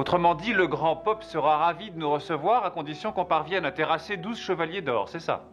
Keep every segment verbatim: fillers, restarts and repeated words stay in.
Autrement dit, le grand Pop sera ravi de nous recevoir à condition qu'on parvienne à terrasser douze chevaliers d'or, c'est ça?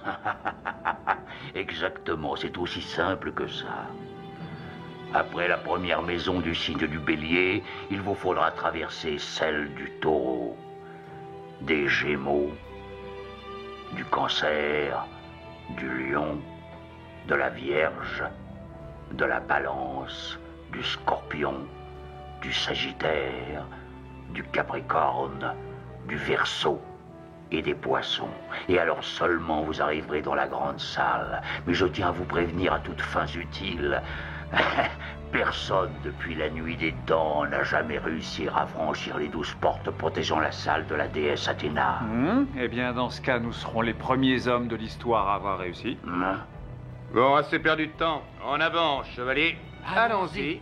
Exactement, c'est aussi simple que ça. Après la première maison du signe du bélier, il vous faudra traverser celle du taureau, des gémeaux, du cancer, du lion, de la vierge, de la balance, du scorpion, du sagittaire, du capricorne, du verseau et des poissons. Et alors seulement vous arriverez dans la grande salle. Mais je tiens à vous prévenir à toutes fins utiles. Personne depuis la nuit des dents n'a jamais réussi à franchir les douze portes protégeant la salle de la déesse Athéna. Mmh. Eh bien, dans ce cas, nous serons les premiers hommes de l'histoire à avoir réussi. Mmh. Bon, assez perdu de temps. En avant, chevalier. Allons-y.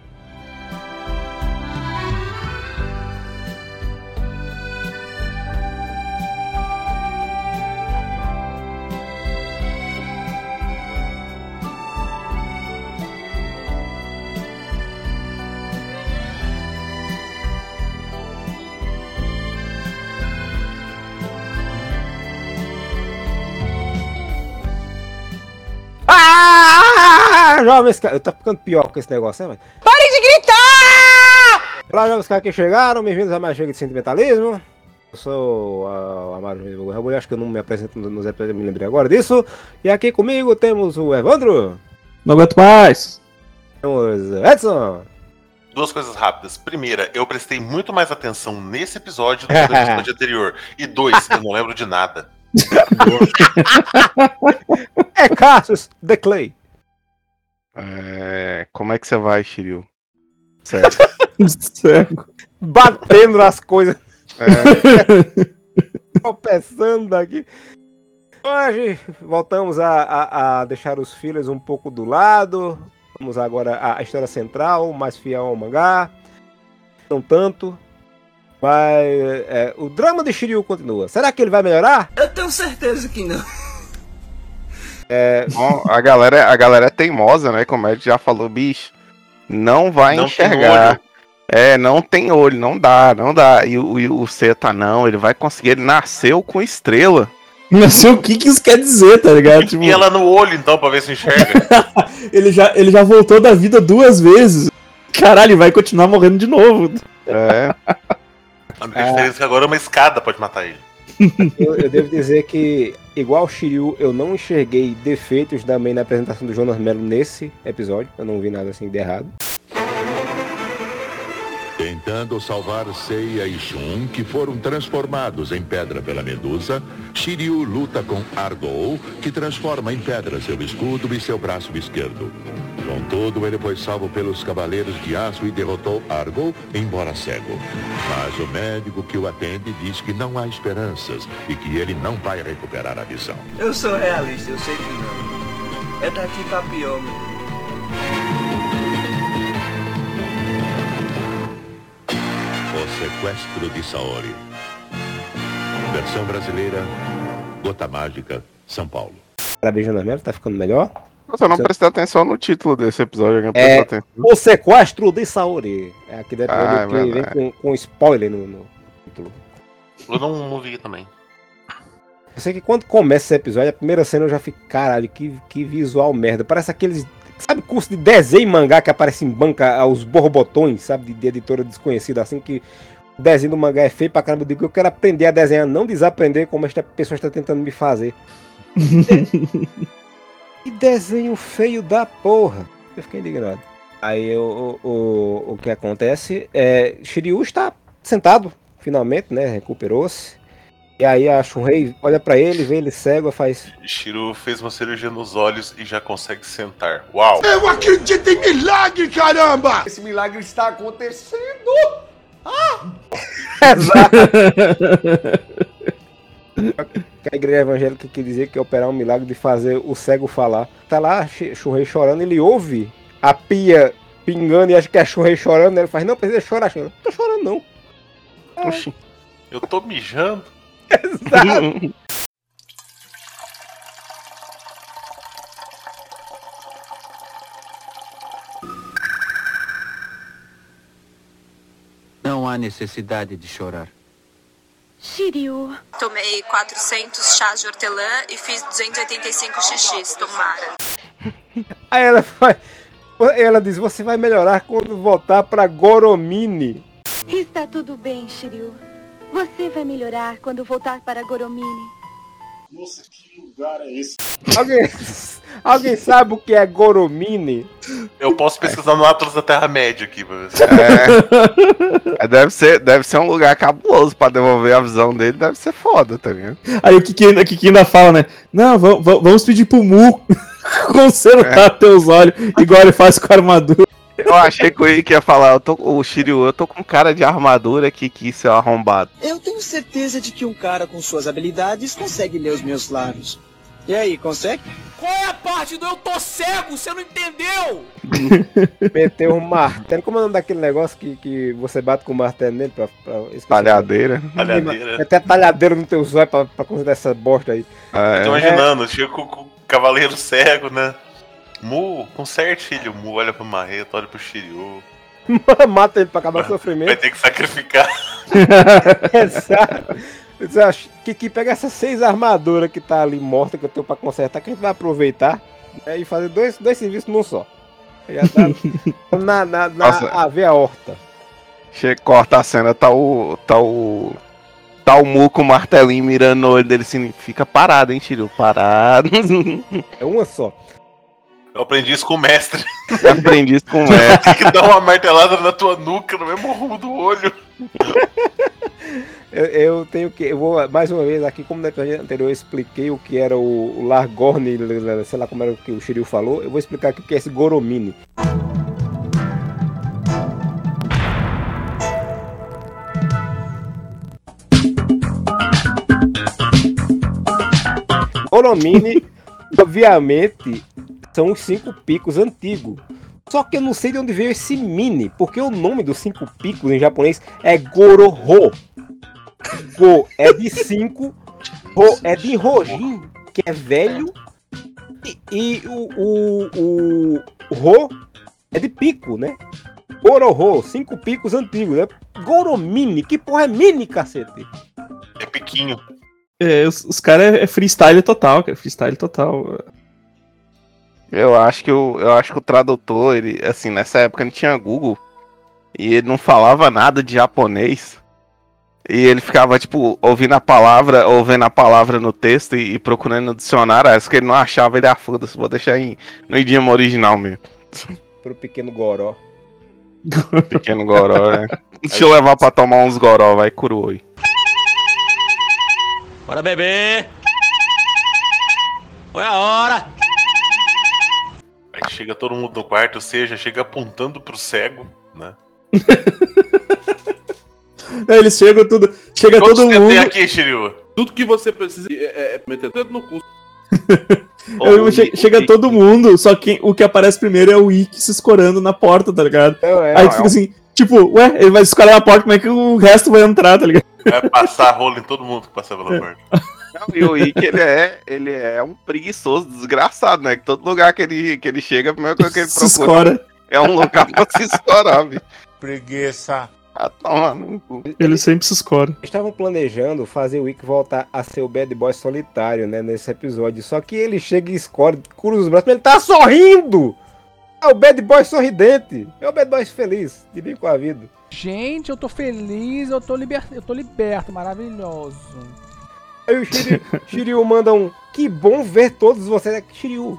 Ah, jovens caras, tá ficando pior com esse negócio, né? Pare de gritar! Olá, jovens caras que chegaram, bem-vindos a mais Chega de Sentimentalismo. Eu sou o Amaro Reboleiro, acho que eu não me apresento nos episódios, me lembrei agora disso. E aqui comigo temos o Evandro. Não aguento mais. Temos Edson. Duas coisas rápidas. Primeira, eu prestei muito mais atenção nesse episódio do que no episódio anterior. E dois, eu não lembro de nada. É Cassius The Clay. É... Como é que você vai, Shiryu? Sério. Cego. Batendo nas coisas. É... Tropeçando daqui. Hoje voltamos a, a, a deixar os fillers um pouco do lado. Vamos agora à história central, mais fiel ao mangá. Não tanto. Mas é, o drama de Shiryu continua. Será que ele vai melhorar? Eu tenho certeza que não. É, bom, a galera, a galera é teimosa, né? Como a gente já falou, bicho. Não vai Não enxergar. É, não tem olho, não dá, não dá. E o, e o Seta não, ele vai conseguir. Ele nasceu com estrela. Não sei o que, que isso quer dizer, tá ligado? Tipo... E ela no olho, então, pra ver se enxerga. ele, já, ele já voltou da vida duas vezes. Caralho, vai continuar morrendo de novo. É. A única diferença é que agora uma escada pode matar ele. Eu, eu devo dizer que, igual o Shiryu, eu não enxerguei defeitos também na apresentação do Jonas Mello nesse episódio. Eu não vi nada assim de errado. Tentando salvar Seiya e Shun, que foram transformados em pedra pela Medusa, Shiryu luta com Argou, que transforma em pedra seu escudo e seu braço esquerdo. Contudo, ele foi salvo pelos Cavaleiros de Aço e derrotou Argou, embora cego. Mas o médico que o atende diz que não há esperanças e que ele não vai recuperar a visão. Eu sou realista, eu sei que não. É daqui pra pior, meu. O Sequestro de Saori. Versão brasileira, Gota Mágica, São Paulo. Parabéns, Jonas Mello, tá ficando melhor? Nossa, eu não prestei atenção no título desse episódio. Não É atenção. O Sequestro de Saori. É aquele episódio Ah, que vem com, com spoiler no, no título. Eu não, não vi também. Eu sei que quando começa esse episódio, a primeira cena eu já fico, caralho, que, que visual merda. Parece aqueles, sabe, curso de desenho e mangá que aparece em banca, os borbotões, sabe, de, de editora desconhecida, assim, que o desenho do mangá é feio pra caramba. Eu digo que eu quero aprender a desenhar, não desaprender como esta pessoa está tentando me fazer. Que desenho feio da porra. Eu fiquei indignado. Aí o, o, o, o que acontece é, Shiryu está sentado, finalmente, né, recuperou-se. E aí a Shunrei olha pra ele, vê ele cego e faz... Shiryu fez uma cirurgia nos olhos e já consegue sentar. Uau! Eu acredito em milagre, caramba! Esse milagre está acontecendo! Ah! Exato! A igreja evangélica que dizia que ia operar um milagre de fazer o cego falar. Tá lá Shunrei chorando, ele ouve a pia pingando e acha que é a Shunrei chorando. Ele faz, não, precisa chorar, chorando. Não tô chorando, não. Oxi. Eu tô mijando. Exato. Não há necessidade de chorar. Shiryu. Tomei quatrocentos chás de hortelã e fiz duzentos e oitenta e cinco xixis, tomara. Aí ela vai, ela diz, você vai melhorar quando voltar pra Goromini. Está tudo bem, Shiryu. Você vai melhorar quando voltar para Goromini. Nossa, que lugar é esse? Alguém, alguém sabe o que é Goromini? Eu posso pesquisar no Atlas da Terra-média aqui pra ver se... É, deve, ser, deve ser um lugar cabuloso pra devolver a visão dele, deve ser foda, tá vendo? Aí o Kiki, o Kiki ainda fala, né? Não, vamos, vamos pedir pro Mu consertar é. teus olhos, igual ele faz com a armadura. Eu achei que o Ikki ia falar, eu tô, o Shiryu, eu tô com cara de armadura que quis ser arrombado. Eu tenho certeza de que um cara com suas habilidades consegue ler os meus lábios. E aí, consegue? Qual é a parte do eu tô cego? Você não entendeu? Meteu um martelo. Como é o nome daquele negócio que, que você bate com o martelo nele pra... pra talhadeira. Talhadeira. Até talhadeira no teu zóio pra, pra considerar essa bosta aí. Ah, é. Tô imaginando, chega com, com o cavaleiro cego, né? Mu, conserte, filho. Mu olha pro Marreto, olha pro Shiryu. Mata ele pra acabar o sofrimento. Vai ter que sacrificar. Exato. Que, que pega essas seis armaduras que tá ali morta que eu tenho pra consertar, que a gente vai aproveitar, né, e fazer dois, dois serviços num só. Já tá na, na, na a ver a horta. Chega, corta a cena, tá o. Tá o. Tá o Mu com o martelinho mirando no olho dele assim, fica parado, hein, Shiryu? Parado. É uma só. Eu aprendi isso com o mestre. Eu aprendi isso com o mestre. Tem que dar uma martelada na tua nuca, no mesmo rumo do olho. eu, eu tenho que. Eu vou mais uma vez aqui, como no episódio anterior eu expliquei o que era o, o Largorni, sei lá como era o que o Shiryu falou, eu vou explicar aqui o que é esse Goromini. Goromini, obviamente, são os cinco picos antigos. Só que eu não sei de onde veio esse mini, porque o nome dos cinco picos em japonês é Goroho. Go é de cinco, Ro é de Rojin, que é velho, e, e o, o, o, o Ro é de pico, né? Goroho, cinco picos antigos, né? Goromini, que porra é mini, cacete? É piquinho. É, os, os caras é freestyle total, cara, freestyle total. Eu acho que o, eu acho que o tradutor, ele, assim, nessa época não tinha Google e ele não falava nada de japonês. E ele ficava, tipo, ouvindo a palavra, ouvindo a palavra no texto e, e procurando no dicionário. Acho que ele não achava, ele, ah, foda-se, vou deixar em, no idioma original mesmo. Pro pequeno Goró. Pequeno Goró, né? Deixa eu levar pra tomar uns Goró, vai, Kuruoi. Bora, bebê! Foi a hora! Aí chega todo mundo no quarto, ou seja, chega apontando pro cego, né? É, eles chegam tudo. Chega Quantos todo mundo. Tem aqui, Shiryu? Tudo que você precisa é, é meter dedo no cu. Oh, che chega Ikki. Todo mundo, só que o que aparece primeiro é o Ikki se escorando na porta, tá ligado? É, é, Aí tu fica assim, tipo, ué, ele vai se escorar na porta, como é que o resto vai entrar, tá ligado? Vai passar rolo em todo mundo que passa pela porta. Não, e o Ikki, ele é, ele é um preguiçoso, desgraçado, né? Que todo lugar que ele, que ele chega, a primeira coisa que ele procura escora. É um lugar pra se escorar, bicho. Preguiça. Ah, toma no cu. Ele sempre se escora. Estavam planejando fazer o Ikki voltar a ser o bad boy solitário, né, nesse episódio. Só que ele chega e escora, cruza os braços, mas ele tá sorrindo! É o bad boy sorridente. É o bad boy feliz, de bem com a vida. Gente, eu tô feliz, eu tô, liber... eu tô liberto, maravilhoso. Aí o Shiryu, Shiryu manda um, que bom ver todos vocês. Shiryu.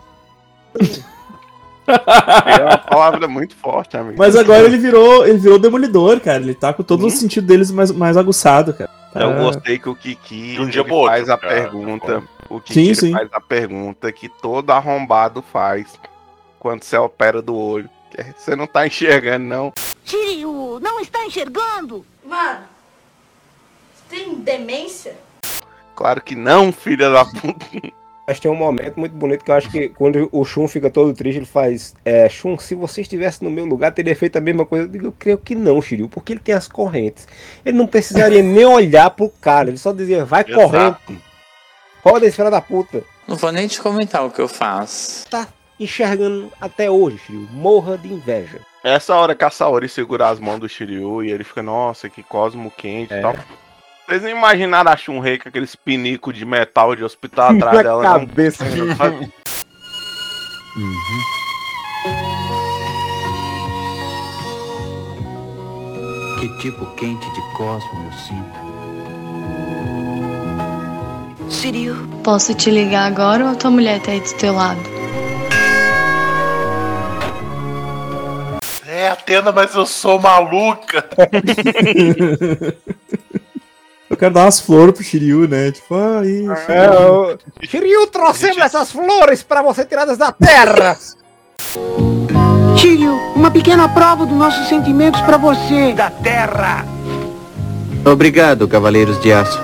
É uma palavra muito forte, amigo. Mas agora ele virou, ele virou demolidor, cara. Ele tá com todos hum. os sentidos deles mais, mais aguçado, cara. Eu ah. gostei que o Kiki um dia ele outro, faz a cara. pergunta. O Kiki sim, ele sim. faz a pergunta que todo arrombado faz quando você opera do olho. Você não tá enxergando, não. Shiryu, não está enxergando? Mano, você tem demência? Claro que não, filha da puta. Mas tem um momento muito bonito que eu acho que quando o Shun fica todo triste, ele faz é, Shun, se você estivesse no meu lugar, teria feito a mesma coisa. Eu digo, eu creio que não, Shiryu, porque ele tem as correntes. Ele não precisaria nem olhar pro cara, ele só dizia, vai Exato. corrente. Roda esse filho da puta. Não vou nem te comentar o que eu faço. Tá enxergando até hoje, Shiryu. Morra de inveja. Essa hora que a Saori segura as mãos do Shiryu e ele fica, nossa, que cosmo quente e É. tal. Vocês não imaginaram a Shunrei com aqueles pinicos de metal de hospital atrás Na dela? cabeça. Não? Que tipo quente de cosmo eu sinto. Shiryu, posso te ligar agora ou a tua mulher tá aí do teu lado? É, Atena, mas eu sou maluca. Eu quero dar umas flores pro Shiryu, né? Tipo, ah, isso. É, o... Shiryu, trouxemos essas flores pra você tiradas da terra. Shiryu, uma pequena prova dos nossos sentimentos pra você. Da terra! Obrigado, Cavaleiros de Aço.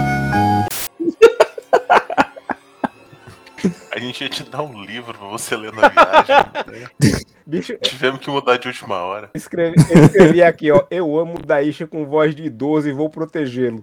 A gente ia te dar um livro pra você ler na viagem. Né? Bicho, tivemos que mudar de última hora. Escrevi, eu escrevi aqui, ó. Eu amo Daisha com voz de idoso e vou protegê-lo.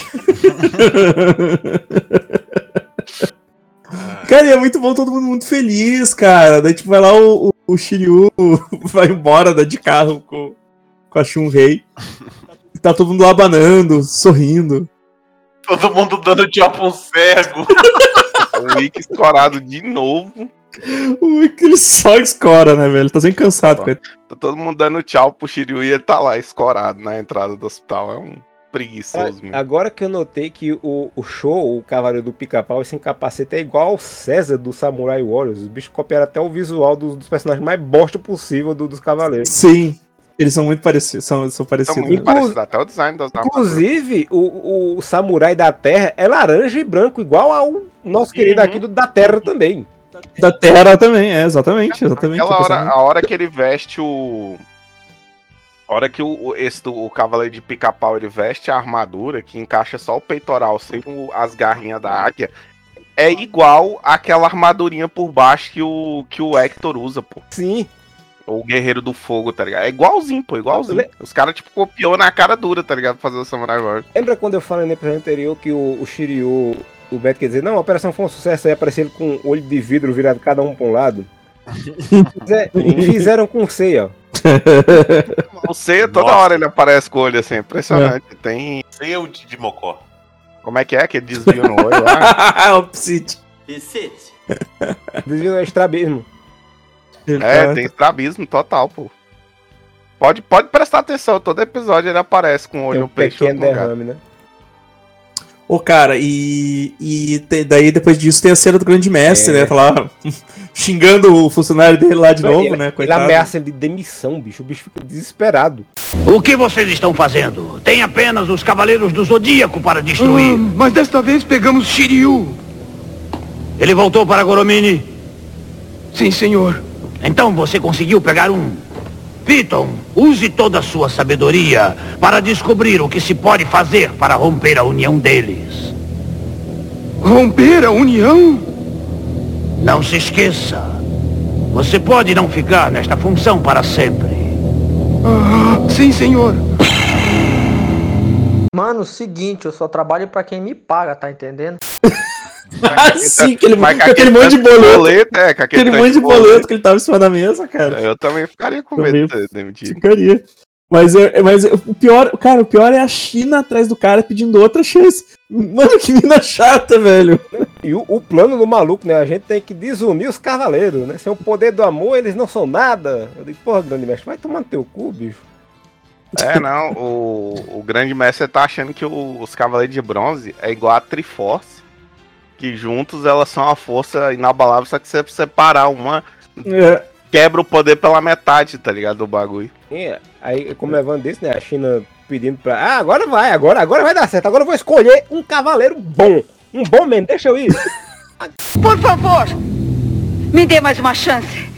Cara, e é muito bom, todo mundo muito feliz, cara. Daí, tipo, vai lá o, o, o Shiryu, vai embora, dá de carro com, com a Shunrei. Tá todo mundo lá abanando, sorrindo. Todo mundo dando tchau pra um cego. O Ikki escorado de novo. O Ikki ele só escora, né, velho? Tá sempre cansado, cara. Tá todo mundo dando tchau pro Shiryu e ele tá lá escorado na entrada do hospital. É um preguiçoso mesmo. Agora que eu notei que o, o Show, o Cavaleiro do Pica-Pau, sem capacete é igual ao César do Samurai Warriors. Os bichos copiaram até o visual dos, dos personagens mais bosta possível do, dos Cavaleiros. Sim. Eles são muito parecidos, são, são parecidos. São muito Inclu- parecidos, até o design das Inclusive, o, o Samurai da Terra é laranja e branco, igual ao nosso querido aqui do da Terra também. Da Terra também, é, exatamente, exatamente. Aquela hora, a hora que ele veste o... A hora que o, o- esse, do- o Cavaleiro de Pica-Pau ele veste a armadura, que encaixa só o peitoral, sem o- as garrinhas da águia, é igual àquela armadurinha por baixo que o, que o Hector usa, pô. Sim. O Guerreiro do Fogo, tá ligado? É igualzinho, pô, igualzinho. Os caras, tipo, copiou na cara dura, tá ligado? Pra fazer o Samurai Warriors. Lembra quando eu falei no episódio anterior que o, o Shiryu, o Beto quer dizer, não, a operação foi um sucesso, aí apareceu ele com olho de vidro virado cada um pra um lado? Fizer- Fizeram com o Seiya, ó. O Seiya, toda Nossa. hora ele aparece com o olho assim, impressionante. Tem... Sei eu de, de Mocó. Como é que é? Que ele desvia no olho lá? o Psit. Desvio é estrabismo. É, tem estrabismo total, pô. Pode, pode prestar atenção, todo episódio ele aparece com o olho Tem um no peixe. pequeno derrame, né? Ô, cara, e, e te- daí depois disso tem a cena do Grande Mestre, É. né? Tá lá xingando o funcionário dele lá de novo, ele, né? Ele Coitado. ameaça ele de demissão, bicho. O bicho fica desesperado. O que vocês estão fazendo? Tem apenas os Cavaleiros do Zodíaco para destruir. mas desta vez pegamos Shiryu. Ele voltou para Goromini? Sim, senhor. Então você conseguiu pegar um. Piton, use toda a sua sabedoria para descobrir o que se pode fazer para romper a união deles. Romper a união? Não se esqueça. Você pode não ficar nesta função para sempre. Ah, sim, senhor. Mano, seguinte, eu só trabalho pra quem me paga, tá entendendo? Ah, sim, aquele, Mas com aquele monte de boleto. é, com aquele aquele monte de boleto. boleto que ele tava em cima da mesa, cara. Eu também ficaria com Também medo de ser demitido. Ficaria. Mas, é, mas é- o pior, cara, o pior é a China atrás do cara pedindo outra chance. Mano, que mina chata, velho. E o, o plano do maluco, né? A gente tem que desunir os cavaleiros, né? Sem o poder do amor, eles não são nada. Eu digo, porra, grande mestre, vai tomar no teu cu, bicho. É, não, o, o grande mestre tá achando que o- os Cavaleiros de Bronze é igual a Triforce, que juntos elas são uma força inabalável, só que se você separar uma, É. quebra o poder pela metade, tá ligado, do bagulho. É, aí, como o Evan disse, né? A China pedindo pra. Ah, agora vai, agora, agora vai dar certo. Agora eu vou escolher um cavaleiro bom. Um bom mesmo, deixa eu ir. Por favor, me dê mais uma chance.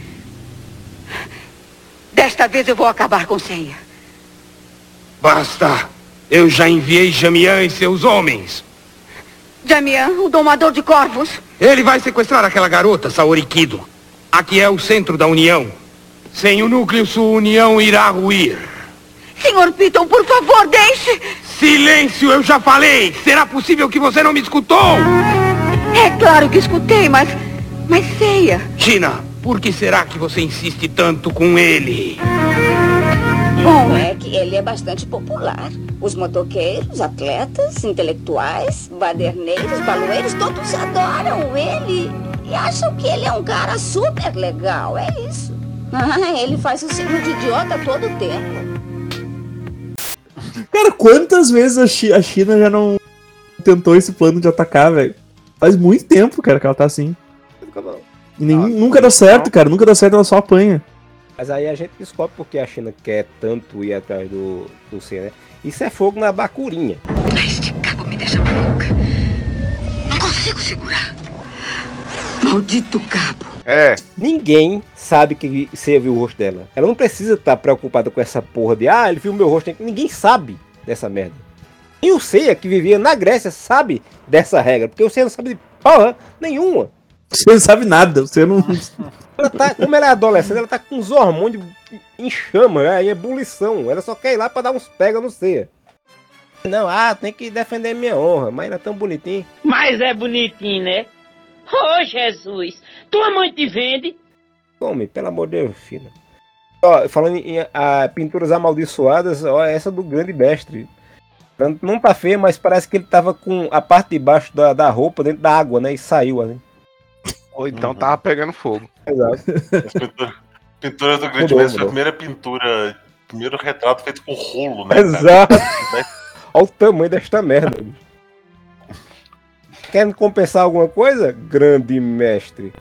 Desta vez eu vou acabar com Seiya. Basta. Eu já enviei Jamian e seus homens. Jamian, o domador de corvos. Ele vai sequestrar aquela garota, Saori Kido. Aqui é o centro da União. Sem o núcleo, sua União irá ruir. Senhor Piton, por favor, deixe. Silêncio, eu já falei. Será possível que você não me escutou? É claro que escutei, mas... Mas Seiya. China, Por que será que você insiste tanto com ele? Bom, é que ele é bastante popular. Os motoqueiros, atletas, intelectuais, baderneiros, baloeiros, todos adoram ele. E acham que ele é um cara super legal, é isso. Ah, ele faz o signo de idiota todo o tempo. Cara, quantas vezes a, Chi- a China já não tentou esse plano de atacar, velho? Faz muito tempo, cara, que ela tá assim. E nenhum, nunca dá certo, cara. Nunca dá certo, ela só apanha. Mas aí a gente descobre porque a China quer tanto ir atrás do, do C, né? Isso é fogo na bacurinha. Este cabo me deixa maluca. Não consigo segurar. Maldito cabo. É. Ninguém sabe que você viu o rosto dela. Ela não precisa estar preocupada com essa porra de ah, ele viu meu rosto. Ninguém sabe dessa merda. E o Seiya, que vivia na Grécia, sabe dessa regra. Porque o Seiya não sabe de porra nenhuma. Você não sabe nada, você não... Ela tá, como ela é adolescente, ela tá com os hormônios em chama, né, em ebulição. Ela só quer ir lá pra dar uns pega no Seiya. Não, ah, tem que defender minha honra. Mas ela é tão bonitinho. Mas é bonitinho, né? Ô, Jesus! Tua mãe te vende? Homem, pelo amor de Deus, filha. Ó, falando em a, pinturas amaldiçoadas, ó, essa do grande mestre. Não, não tá feia, mas parece que ele tava com a parte de baixo da, da roupa dentro da água, né? E saiu, assim. Ou então tava pegando fogo. Exato. Pintura, pintura do grande Mudou, mestre foi a mudou. primeira pintura, primeiro retrato feito com rolo, né? Exato. Cara? Olha o tamanho desta merda. Querem compensar alguma coisa? Grande mestre.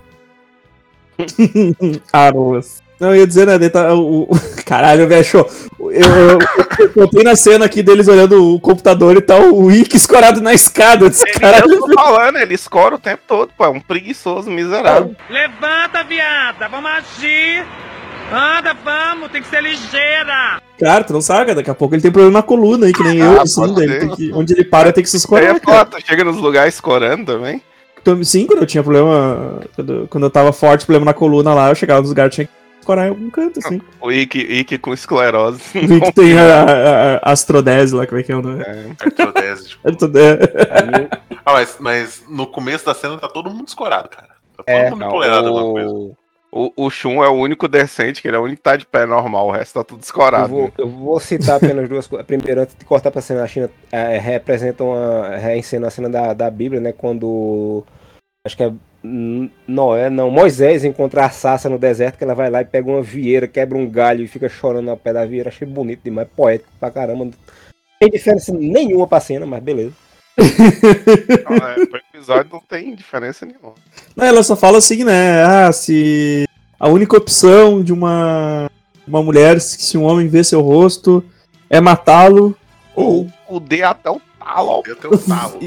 Aroas. Não, eu ia dizer, né, tá, o, o... Caralho, velho, achou. Eu, eu, eu botei na cena aqui deles olhando o computador e tal, o Ikki escorado na escada. Desse caralho. Eu tô falando, ele escora o tempo todo, pô, é um preguiçoso miserável. Levanta, viada, vamos agir. Anda, vamos, tem que ser ligeira. Cara, tu não sabe, daqui a pouco ele tem problema na coluna aí, que nem Ah, eu, pode assim, ser. ele tem que, onde ele para tem que se Aí escorar, é cara. foda, chega nos lugares escorando também. Então, sim, quando eu tinha problema, quando, quando eu tava forte, problema na coluna lá, eu chegava nos lugares, tinha que escorar em algum canto, assim. O Ikki, Ikki com esclerose. O Ikki tem a, a, a astrodese lá, como é que é o nome? É. Artrodese, tipo. Artrodese. Ah, mas, mas no começo da cena tá todo mundo escorado, cara. Tá todo É, mundo não, empoleirado o- alguma coisa. O, o Shun é o único decente, que ele é o único que tá de pé normal, o resto tá tudo Eu escorado. vou, eu vou citar apenas duas coisas. Primeiro, antes de cortar pra cena, a China é, representa uma. Reencena a cena da, da Bíblia, né? Quando. Acho que é N- Noé, não. Moisés encontra a Sassa no deserto, que ela vai lá e pega uma vieira, quebra um galho e fica chorando ao pé da vieira. Achei bonito demais, poético pra caramba. Não tem diferença nenhuma pra cena, mas beleza. Não, é, pro episódio não tem diferença nenhuma. Não, ela só fala assim, né? Ah, se a única opção de uma, uma mulher, se um homem vê seu rosto, é matá-lo. Ou o D até o talo. Até o talo.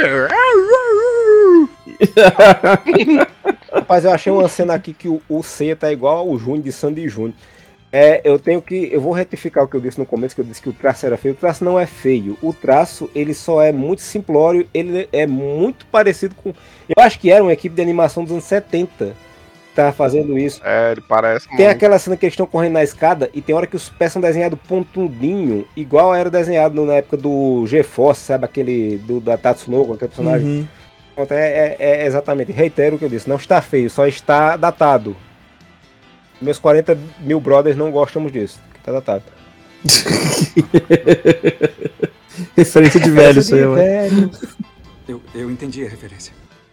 Rapaz, eu achei uma cena aqui que o, o C tá igual ao Júnior de Sandy Júnior. É, eu tenho que. Eu vou retificar o que eu disse no começo, que eu disse que o traço era feio. O traço não é feio. O traço, ele só é muito simplório. Ele é muito parecido com. Eu acho que era uma equipe de animação dos anos setenta que tava fazendo isso. É, ele parece Tem muito. aquela cena que eles estão correndo na escada e tem hora que os pés são desenhados pontudinho, igual era desenhado na época do GeForce, sabe? Aquele do, da Tatsunoko, aquele personagem. Uhum. Pronto, É, é- é exatamente, reitero o que eu disse, não está feio, só está datado. Meus quarenta mil brothers não gostamos disso, que tá datado. Referência de velho isso aí, de mano. velho. Eu, eu entendi a referência.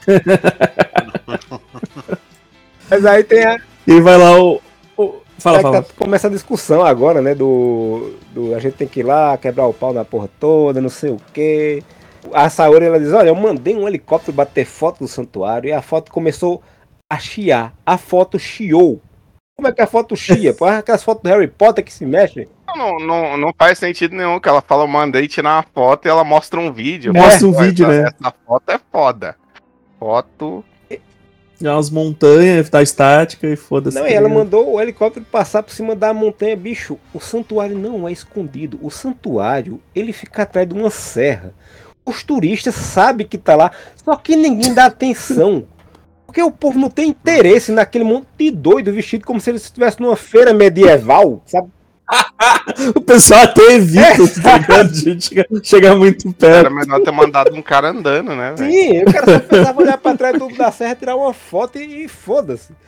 Mas aí tem a. E aí vai lá o. o- Fala, é que fala. tá- começa a discussão agora, né? Do, do. A gente tem que ir lá, quebrar o pau na porra toda, não sei o quê. A Saori, ela diz: olha, eu mandei um helicóptero bater foto do santuário e a foto começou a chiar. A foto chiou. Como é que a foto chia? Pô, aquelas fotos do Harry Potter que se mexem. Não, não, não faz sentido nenhum que ela fala, eu mandei tirar uma foto e ela mostra um vídeo. Mostra um Pô, vídeo, essa, né? Essa foto é foda. Foto. Já umas montanhas, tá estática e foda-se. Não, tá e ela ligado? mandou o helicóptero passar por cima da montanha, bicho. O santuário não é escondido. O santuário, ele fica atrás de uma serra. Os turistas sabem que tá lá, só que ninguém dá atenção. Porque o povo não tem interesse naquele monte de doido vestido como se ele estivesse numa feira medieval, sabe? O pessoal até evita, tá ligado? Gente, chega, chega muito Era perto. melhor ter mandado um cara andando, né, velho? Sim, o cara só precisava olhar pra trás do, da serra, tirar uma foto e, e foda-se.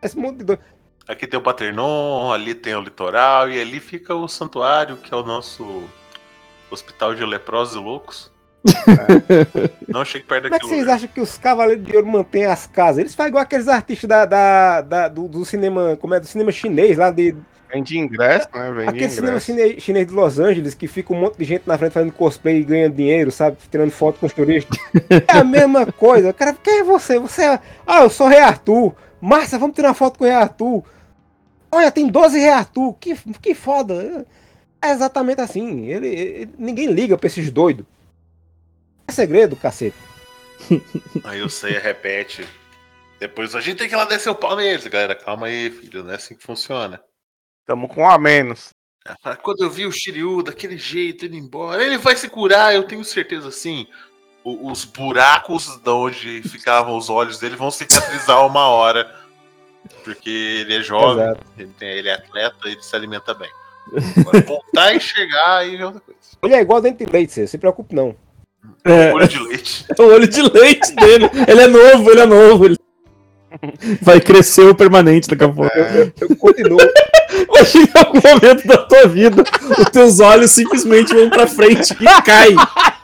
Esse monte de doido. Aqui tem o Paternon, ali tem o litoral, e ali fica o santuário, que é o nosso hospital de leprosos e loucos. É. Não chegue perto Como é que daquilo. vocês acham que os Cavaleiros de Ouro mantêm as casas? Eles fazem igual aqueles artistas da, da, da- do, do cinema, como é, do cinema chinês lá de. Vende ingresso, né? Vende Aquele cinema ingresso. chinês, chinês de Los Angeles, que fica um monte de gente na frente fazendo cosplay e ganhando dinheiro, sabe? Tirando foto com os turistas. É a mesma coisa. Cara, quem é você? Você é. Ah, eu sou o Rei Arthur. Márcia, vamos tirar uma foto com o Rei Arthur. Olha, tem doze Rei Arthur. Que, que foda. É exatamente assim. Ele, ele- ninguém liga pra esses doidos. É segredo, cacete. Aí o Seiya repete. Depois a gente tem que ir lá descer o pau neles, galera. Calma aí, filho. Não é assim que funciona. Tamo com um a menos. Quando eu vi o Shiryu daquele jeito indo embora, ele vai se curar, eu tenho certeza assim. O- os buracos de onde ficavam os olhos dele vão cicatrizar uma hora. Porque ele é jovem, Exato. ele, tem- ele é atleta, ele se alimenta bem. Agora, voltar e chegar aí é outra coisa. Ele é igual dente de leite, você se preocupe não. É, Olho de leite. é o olho de leite dele. Ele é novo, ele é novo. Ele... Vai crescer o permanente daqui a pouco. Eu, eu continuo. Imagina em algum momento da tua vida, os teus olhos simplesmente vão pra frente e caem.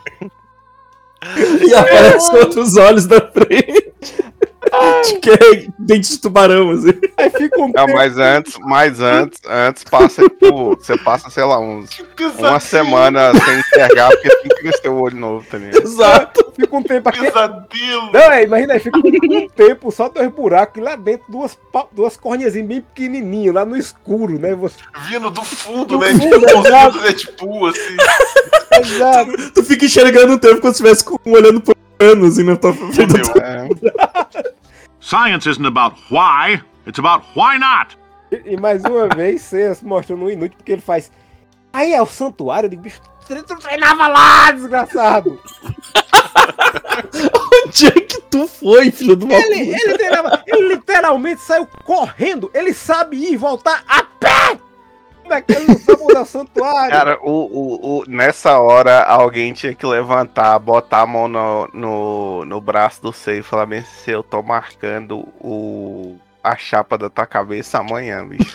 E aparecem outros olhos da frente. Que é dente de tubarão, assim. Aí fica um Não, mas antes, mas antes, antes passa, tipo, você passa, sei lá, uns, uma semana sem enxergar, porque tem que crescer o olho novo também. Exato. Fica um tempo aqui. Pesadelo. Não, é, imagina aí, fica um tempo só dois buracos e lá dentro duas, pa- duas corneazinhas bem pequenininhas, lá no escuro, né? Você... Vindo do fundo, Do né? fundo, Tipo, uns exato. dedos, né? Tipo, assim. Exato. Tu fica enxergando o tempo como se estivesse com- olhando por ano, assim, na tua frente. Science isn't about why, it's about why not. E, e mais uma vez, você mostrando um inútil, porque ele faz. Aí é o santuário, eu digo, bicho, tu tu treinava lá, desgraçado! Onde é que tu foi, filho do mal? Ele, ele treinava, ele literalmente saiu correndo, ele sabe ir e voltar a pé! Como é que ele não sabe onde é o santuário? Cara, o, o, o, nessa hora alguém tinha que levantar, botar a mão no, no, no braço do Sei e falar bem se eu tô marcando o, a chapa da tua cabeça amanhã, bicho.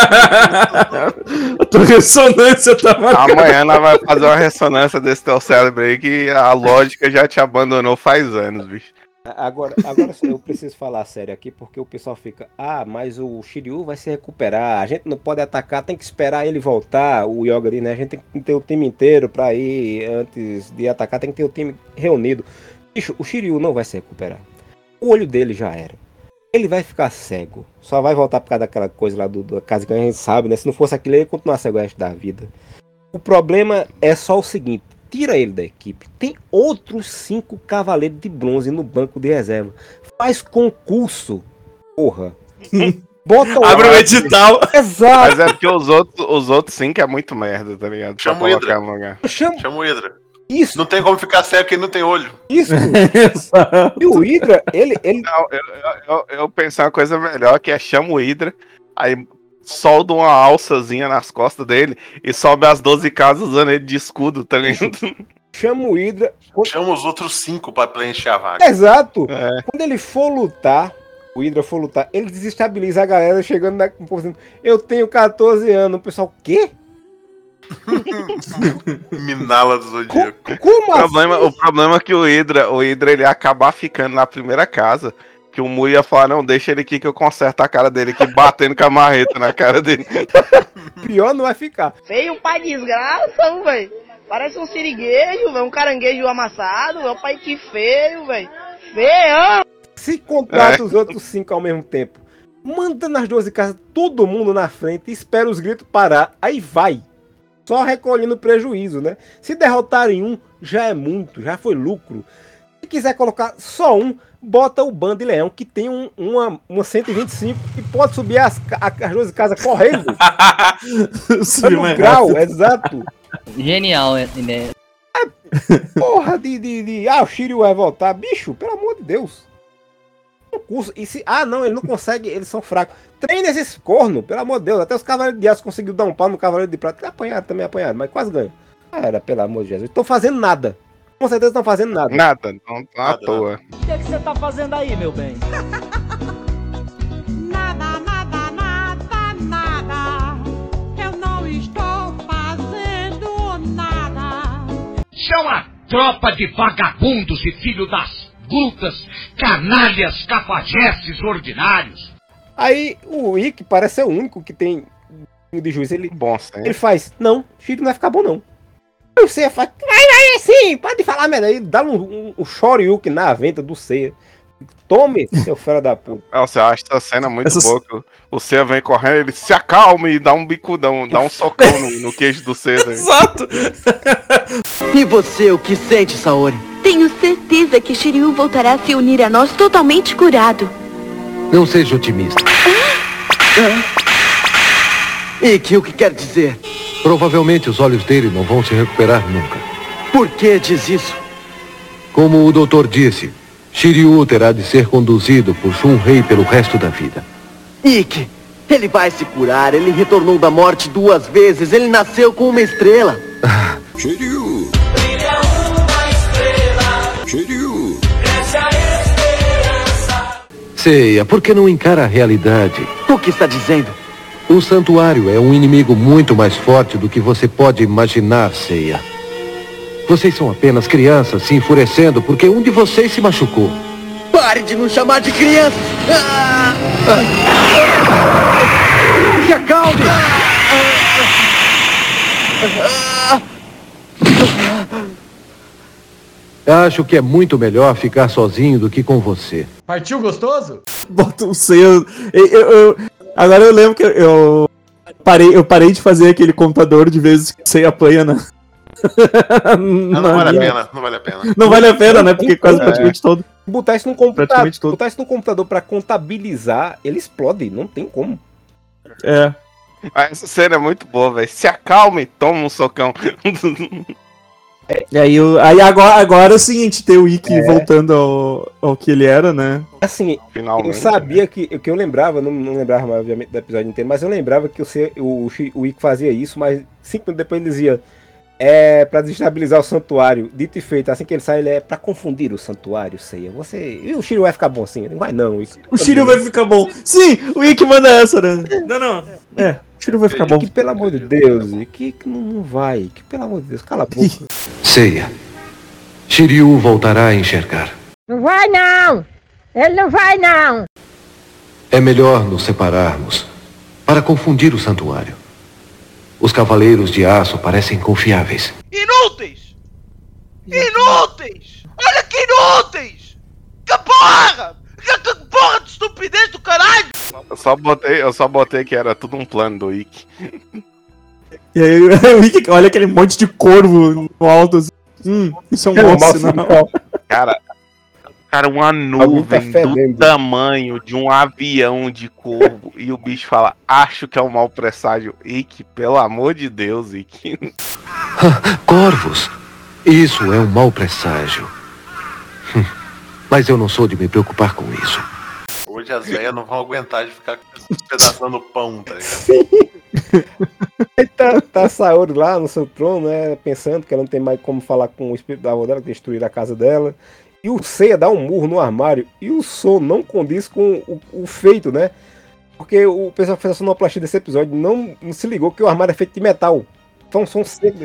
A tua ressonância tá marcando. Amanhã nós vai fazer uma ressonância desse teu cérebro aí que a lógica já te abandonou faz anos, bicho. Agora, agora eu preciso falar sério aqui, porque o pessoal fica, ah, mas o Shiryu vai se recuperar, a gente não pode atacar, tem que esperar ele voltar, o Yoga ali, né? A gente tem que ter o time inteiro pra ir antes de atacar, tem que ter o time reunido. Bicho, o Shiryu não vai se recuperar. O olho dele já era. Ele vai ficar cego. Só vai voltar por causa daquela coisa lá do, da casa que a gente sabe, né? Se não fosse aquilo, ele ia continuar cego o resto da vida. O problema é só o seguinte. Tira ele da equipe. Tem outros cinco cavaleiros de bronze no banco de reserva. Faz concurso. Porra. Bota o Abre o edital. Exato. Mas é porque os outros, os outros sim que é muito merda, tá ligado? Pra Chama o colocar Hydra. no lugar. Chama... Chama o Hydra. Isso. Não tem como ficar cego porque ele não tem olho. Isso. E o Hydra, ele... ele... Não, eu, eu, eu, eu pensei uma coisa melhor, que é chama o Hydra, aí solda uma alçazinha nas costas dele e sobe as doze casas usando ele de escudo, tá ligado? Chama o Hydra... Chama os outros cinco pra preencher a vaga. Exato. É. Quando ele for lutar, o Hydra for lutar, ele desestabiliza a galera chegando na... Eu tenho catorze anos. O pessoal, o quê? Minala do Zodíaco. Como O problema, assim? o problema é que o Hydra, o Hydra ele ia acabar ficando na primeira casa. Que o Mu ia falar, não, deixa ele aqui que eu conserto a cara dele, aqui batendo com a marreta na cara dele. Pior não vai ficar. Feio, pai desgraça, velho. Parece um siriguejo, velho. Um caranguejo amassado, velho. Pai que feio, velho. Feio! Se contrata É. os outros cinco ao mesmo tempo, manda nas doze casas todo mundo na frente e espera os gritos parar. Aí vai. Só recolhendo prejuízo, né? Se derrotarem um, já é muito, já foi lucro. Se quiser colocar só um, bota o Bando de Leão, que tem um, uma, uma cento e vinte e cinco e pode subir as, ca- as doze casas correndo. Subir no mais grau, rápido. Genial, exato. né? Porra de, de, de... Ah, o Shiryu vai voltar. Bicho, pelo amor de Deus. Um curso. E se... Ah, não, ele não consegue, eles são fracos. Treina esses cornos, pelo amor de Deus. Até os Cavaleiros de Aço conseguiu dar um pau no Cavaleiro de Prata. Apanharam também, apanharam, mas quase ganham. Ah, era, pelo amor de Jesus. Estão fazendo nada. Com certeza estão fazendo nada. Nada, não tá à toa. O que, é que você tá fazendo aí, meu bem? Nada. são a tropa de vagabundos e filho das putas, canalhas, cafajestes ordinários. Aí o Ikki parece ser o único que tem de juiz. Ele, bom, ele faz, não, Shiryu não vai ficar bom não. Aí o Seiya faz, vai, vai, sim, pode falar, merda. Aí dá um, um, um Shoryuken na venta do Seiya. Tome, seu fera da puta. Nossa, eu acho essa cena muito Essas... boa. Que o Seiya vem correndo, ele se acalma e dá um bicudão, dá um socão no, no queijo do Seiya. Exato! E você, o que sente, Saori? Tenho certeza que Shiryu voltará a se unir a nós totalmente curado. Não seja otimista. Ikki, o que quer dizer? Provavelmente os olhos dele não vão se recuperar nunca. Por que diz isso? Como o doutor disse, Shiryu terá de ser conduzido por Shunrei pelo resto da vida. Ikki, ele vai se curar, ele retornou da morte duas vezes, ele nasceu com uma estrela. Shiryu! Brilha uma estrela. Shiryu! Cresce a esperança. Seiya, por que não encara a realidade? O que está dizendo? O santuário é um inimigo muito mais forte do que você pode imaginar, Seiya. Vocês são apenas crianças se enfurecendo porque um de vocês se machucou. Pare de nos chamar de criança! Ah! Ah! Se acalme! Ah! Acho que é muito melhor ficar sozinho do que com você. Partiu gostoso? Bota o Seiya... Eu, eu, eu, agora eu lembro que eu, eu, parei, eu parei de fazer aquele contador de vezes que o Seiya apanha na... Não, não vale a pena, não vale a pena. Não vale a pena, né? Porque quase é. praticamente todo. Botar isso num computador, botar isso num computador pra contabilizar, ele explode, não tem como. É. Essa cena é muito boa, velho. Se acalme, toma um socão. E aí, eu, aí agora, agora é o seguinte, ter o Ikki É. voltando ao, ao que ele era, né? Assim, Finalmente, eu sabia que, que eu lembrava, não, não lembrava mais, obviamente, do episódio inteiro, mas eu lembrava que o, C- o, o Ikki fazia isso, mas cinco minutos depois ele dizia, é pra desestabilizar o santuário. Dito e feito, assim que ele sai, ele é pra confundir o santuário, Seiya. Você. E o Shiryu vai ficar bom assim? Não vai não. Isso, O Shiryu vai ficar bom. Sim, o Ikki manda essa, né? Não, não. É, o Shiryu vai ficar bom. Que pelo amor de Deus, que, que não, não vai. Que pelo amor de Deus, cala a boca. Seiya, Shiryu voltará a enxergar. Não vai não! Ele não vai não! É melhor nos separarmos para confundir o santuário. Os cavaleiros de aço parecem confiáveis. Inúteis! Inúteis! Olha que inúteis! Que porra! Que, que porra de estupidez do caralho! Eu só botei, eu só botei que era tudo um plano do Ikki. E aí o Ikki olha aquele monte de corvo no alto. Assim. Hum, isso é um É um mau mau sinal. sinal. Cara, cara, uma Alguém tá nuvem do fedendo. tamanho de um avião de corvo e o bicho fala, acho que é um mau presságio. Ikki, pelo amor de Deus, Ikki. Corvos! Isso é um mau presságio. Hum, Mas eu não sou de me preocupar com isso. Hoje as velhas não vão aguentar de ficar despedaçando pão, tá ligado? Aí tá, tá a Saori lá no seu trono, né? Pensando que ela não tem mais como falar com o espírito da avó dela, que destruir a casa dela. E o Seiya dá um murro no armário e o som não condiz com o, o feito, né? Porque o pessoal que fez a sonoplastia desse episódio não, não se ligou que o armário é feito de metal. Então um som seco.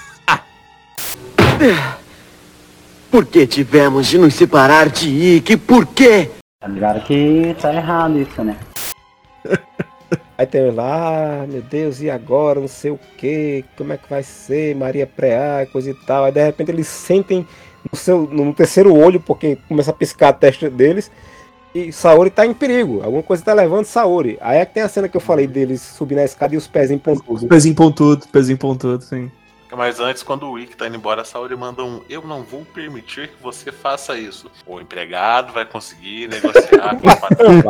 Por que tivemos de nos separar de Ikki? Por quê? Tá ligado que tá errado isso, né? Aí tem lá, ah, meu Deus, e agora? Não sei o que, como é que vai ser? Maria Preá, coisa e tal. Aí de repente eles sentem no, seu, no terceiro olho, porque começa a piscar a testa deles. E Saori tá em perigo, alguma coisa tá levando Saori. Aí é que tem a cena que eu falei deles subindo a escada e os pezinhos pontudos. Pezinho pontudo, pezinho pontudo, sim. Mas antes, quando o Ikki tá indo embora, a Saori manda um eu não vou permitir que você faça isso. O empregado vai conseguir negociar com o patrão.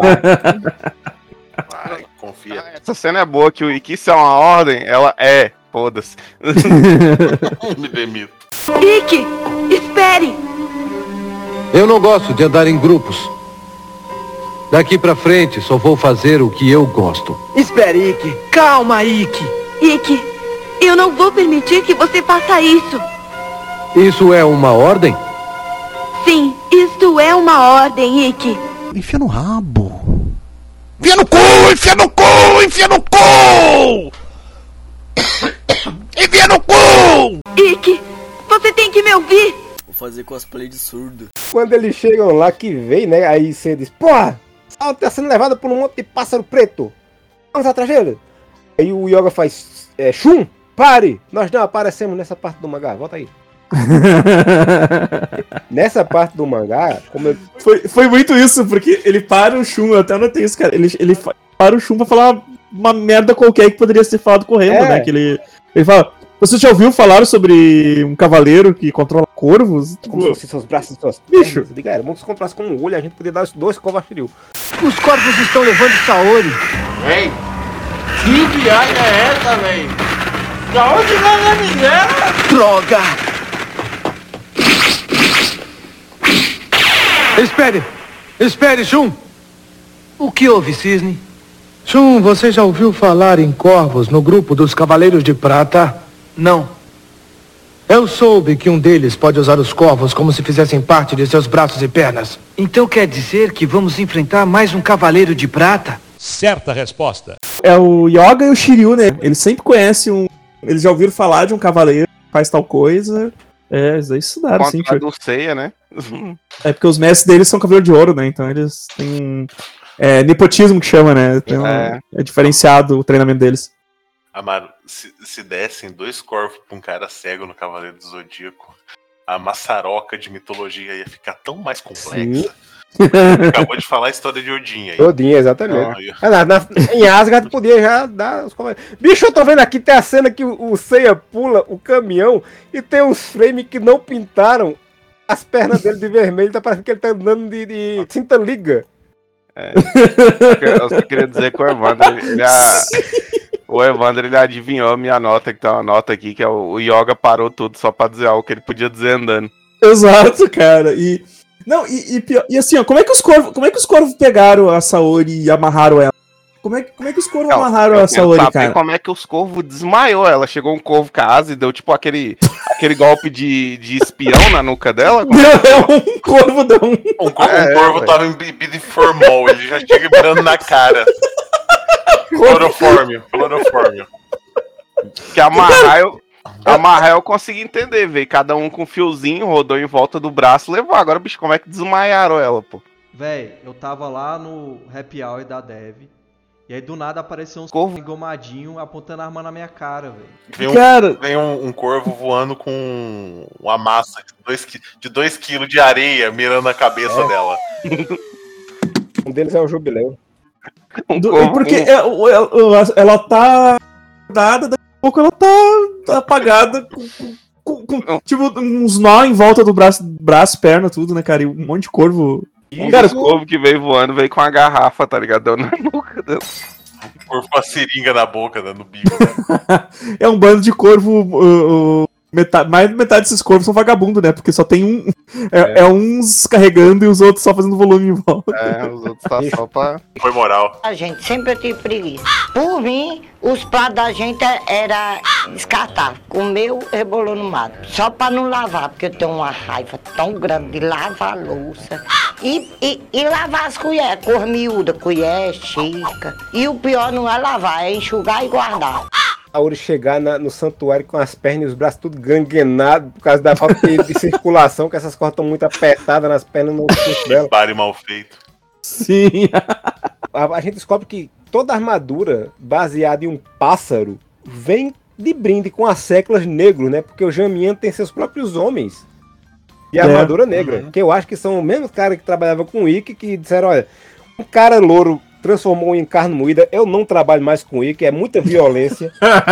Vai, confia. Essa cena é boa, que o Ikki, se é uma ordem, ela é. Foda-se. Me demito. Ikki, espere! Eu não gosto de andar em grupos. Daqui pra frente só vou fazer o que eu gosto. Espere, Ikki. Calma, Ikki. Ikki, eu não vou permitir que você faça isso. Isso é uma ordem? Sim, isto é uma ordem, Ikki. Enfia no rabo. Enfia no cu! Enfia no cu! Enfia no cu! Enfia no cu! Ikki, Você tem que me ouvir. Vou fazer cosplay de surdo. Quando eles chegam lá, que vem, né? Aí você diz, porra, ela tá sendo levada por um monte de pássaro preto. Vamos atrás dele. Aí o Yoga faz, é, Shun, pare, nós não aparecemos nessa parte do mangá, volta aí. Nessa parte do mangá, como eu... foi, foi muito isso, porque ele para o Shun, eu até anotei isso, cara. Ele, ele para o Shun pra falar uma merda qualquer que poderia ser falado correndo, é. né? Que ele, ele fala, você já ouviu falar sobre um cavaleiro que controla corvos? Como se seus braços e suas bicho. Diga, era bom que se comprasse com um olho, a gente podia dar os dois corvos a Shiryu. Os corvos estão levando Saori. Ei, que viagem é essa, véi? Da onde vai a miséria? Droga! Espere! Espere, Shun! O que houve, Cisne? Shun, você já ouviu falar em corvos no grupo dos Cavaleiros de Prata? Não. Eu soube que um deles pode usar os corvos como se fizessem parte de seus braços e pernas. Então quer dizer que vamos enfrentar mais um Cavaleiro de Prata? Certa resposta. É o Yoga e o Shiryu, né? Eles sempre conhecem um... Eles já ouviram falar de um cavaleiro que faz tal coisa. É, eles estudaram, sim. Contra do Seiya, né? É porque os mestres deles são Cavaleiro de Ouro, né? Então eles têm um... É, nepotismo que chama, né? Tem um... é. é diferenciado o treinamento deles. Amaro, se, se dessem dois corvos pra um cara cego no Cavaleiro do Zodíaco, a maçaroca de mitologia ia ficar tão mais complexa. Acabou de falar a história de Odin aí. Odin, exatamente. Ah, na, na, em Asgard podia já dar os comentários. Bicho, eu tô vendo aqui, tem a cena que o, o Seiya pula o caminhão e tem uns frames que não pintaram as pernas dele de vermelho, tá parecendo que ele tá andando de, de cinta liga. É, eu só queria dizer que o Evandro, ele, a, o Evandro, ele adivinhou a minha nota, que tem uma nota aqui, que é o, o Yoga parou tudo só pra dizer algo que ele podia dizer andando. Exato, cara, e... Não, e, e, e assim, ó, como é que os corvos, como é que os corvos pegaram a Saori e amarraram ela? Como é que, como é que os corvos não, amarraram a Saori, cara? Como é que os corvos desmaiou ela? Chegou um corvo com a asa e deu tipo aquele, aquele golpe de, de espião na nuca dela? Não, é um corvo não. Um, corvo, é, um corvo tava embebido em formol, ele já chega virando na cara. Clorofórmio, clorofórmio. Que amarrar eu... Amarrar eu consegui entender, velho. Cada um com um fiozinho, rodou em volta do braço, levou. Agora, bicho, como é que desmaiaram ela, pô? Véi, eu tava lá no happy hour da Dev, e aí do nada apareceu uns corvos engomadinhos apontando a arma na minha cara, velho. Vem, um, cara... vem um, um corvo voando com uma massa de dois quilos de areia mirando a cabeça é. dela. Um deles é o Jubileu. Um corvo, porque um... ela, ela, ela tá dada, daqui a pouco ela tá apagada com, com, com, com tipo uns nó em volta do braço, braço, perna, tudo, né, cara? E um monte de corvo. Um cara, dos corvos que veio voando veio com uma garrafa, tá ligado? Deu na nuca dela. Um corvo com a seringa na boca, né, no bico. Né? É um bando de corvo. Uh, uh, metade, mais de metade desses corvos são vagabundos, né? Porque só tem um. É, é. é uns carregando e os outros só fazendo volume em volta. É, os outros tá só pra. Foi moral. A gente sempre tive preguiça. Por mim, os pratos da gente era descartar. Comeu, rebolou no mato. Só pra não lavar, porque eu tenho uma raiva tão grande de lavar a louça. E, e, e lavar as colheres, cor miúda, colher, xícara. E o pior não é lavar, é enxugar e guardar. A Uri chegar na, no santuário com as pernas e os braços tudo ganguenados por causa da falta de, de circulação, que essas cordas estão muito apertadas nas pernas no corpo dela. Pare mal feito. Sim. A, a gente descobre que toda armadura baseada em um pássaro vem de brinde com as séculas negros, né? Porque o Jamian tem seus próprios homens. E a é. armadura negra, uhum. que eu acho que são os mesmos caras que trabalhavam com o Ikki, que disseram, olha, um cara louro transformou em carne moída, eu não trabalho mais com o Ikki, é muita violência.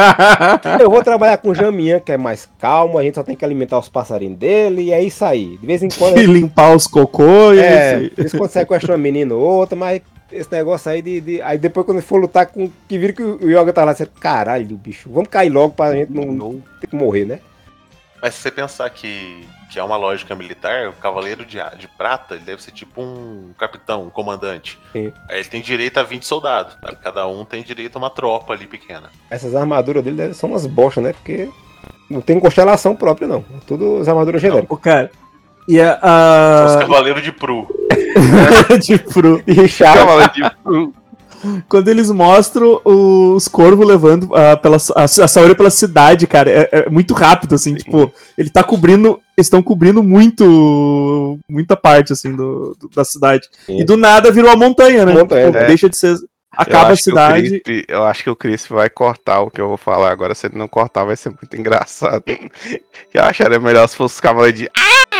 Eu vou trabalhar com o Jamian, que é mais calmo, a gente só tem que alimentar os passarinhos dele, e é isso aí. De vez em quando... E limpar os cocô, é, de vez em quando sequestra uma menina ou outra, mas esse negócio aí de, de... Aí depois quando for lutar com... Que viram que o Yoga tá lá, você, caralho, bicho, vamos cair logo pra gente não, não ter que morrer, né? Mas se você pensar que, que é uma lógica militar, o Cavaleiro de, de Prata ele deve ser tipo um capitão, um comandante. Sim. Aí ele tem direito a vinte soldados. Tá? Cada um tem direito a uma tropa ali pequena. Essas armaduras dele são umas bochas, né? Porque não tem constelação própria, não. Tudo as armaduras genéricas. O cara. E a. a... São os Cavaleiros de Pru. de Pru. E Richard. de Pru. quando eles mostram os corvos levando uh, pela, a, a Saori pela cidade, cara, é, é muito rápido, assim, Sim. tipo, ele tá cobrindo, eles estão cobrindo muito, muita parte, assim, do, do da cidade. Sim. E do nada virou uma montanha, né? Montanha, tipo, é. Deixa de ser... Acaba a cidade. Crisp, eu acho que o Chris vai cortar o que eu vou falar agora. Se ele não cortar, vai ser muito engraçado. Eu acharia melhor se fosse os cavalos de.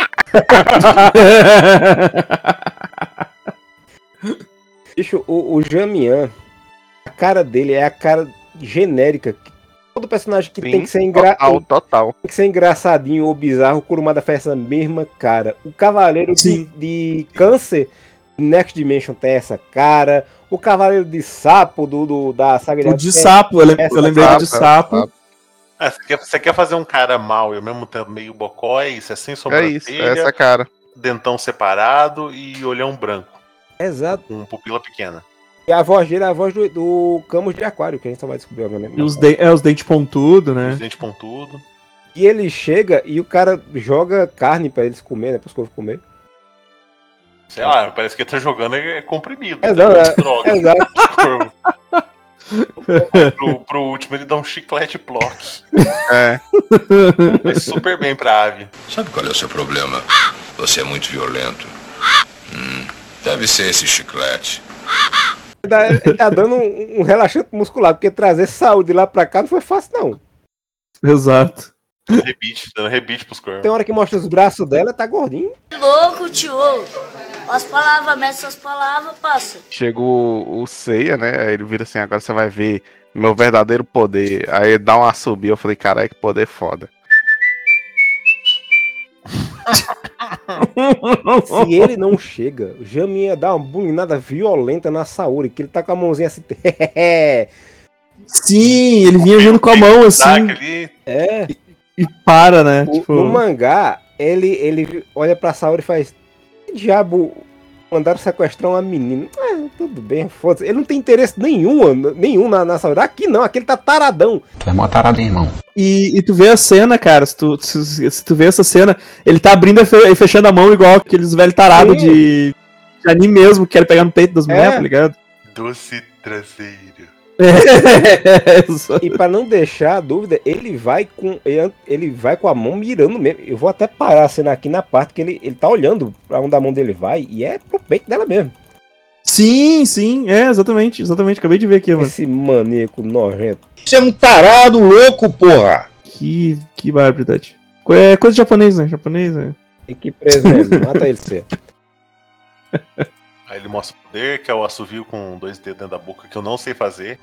Bicho, o, o Jamian, a cara dele é a cara genérica. Todo personagem que Sim, tem que ser engra... total, total. Tem que ser engraçadinho ou bizarro, o Kurumada faz essa mesma cara. O Cavaleiro de, de Câncer, Next Dimension, tem essa cara. O Cavaleiro de Sapo do, do, da saga de O de Sapo, eu, lem eu lembrei sapo, de Sapo. sapo. Ah, você, quer, você quer fazer um cara mal e ao mesmo tempo meio bocói, isso é sem sobrancelha, é isso, é essa cara. Dentão separado e olhão branco. Exato. Com pupila pequena. E a voz dele é a voz do, do Camus de Aquário, que a gente só vai descobrir, obviamente. E os, de é, os dentes pontudos, né? Os dentes pontudos. E ele chega e o cara joga carne pra eles comer, né? Pros corvos comer. Sei lá, parece que ele tá jogando é comprimido. Exato, tá é, droga. Exato. pro, pro último ele dá um chiclete block. É. Vai super bem pra ave. Sabe qual é o seu problema? Você é muito violento. Hum, deve ser esse chiclete. Ele tá dando um, um relaxante muscular, porque trazer saúde lá pra cá não foi fácil, não. Exato. Rebite, dando rebite pros corvos. Tem hora que mostra os braços dela, tá gordinho. Louco, tio. As palavras, mestre, as palavras, passa. Chega o, o Seiya, né? Aí ele vira assim, agora você vai ver meu verdadeiro poder. Aí ele dá uma subida, eu falei, caralho, que poder foda. Se ele não chega, o Jami ia dar uma bulinada violenta na Saori, que ele tá com a mãozinha assim. Sim, ele vinha vindo com a mão assim. É. E, e para, né? O, tipo... No mangá, ele, ele olha pra Saori e faz. Que diabo mandaram sequestrar uma menina? Ah, tudo bem, foda-se. Ele não tem interesse nenhum, nenhum na, na Saori. Aqui não, aqui ele tá taradão. Tu é mó taradinho, irmão. E, e tu vê a cena, cara, se tu, se, se tu vê essa cena, ele tá abrindo e fechando a mão igual aqueles velhos tarados de, de anime mesmo, que querem pegar no peito das mulheres, é. Tá ligado? Doce traseiro. É, e pra não deixar a dúvida, ele vai com ele, ele vai com a mão mirando mesmo. Eu vou até parar a cena aqui na parte que ele, ele tá olhando pra onde a mão dele vai e é pro peito dela mesmo. Sim, sim, é, exatamente, exatamente. Acabei de ver aqui, mano. Esse maníaco nojento. Você é um tarado louco, porra! Que, que barbaridade. É coisa de japonês, né? Japonês, né? Tem que ir preso mesmo, mata ele ser. Aí ele mostra o poder, que é o assovio com dois dedos dentro da boca, que eu não sei fazer.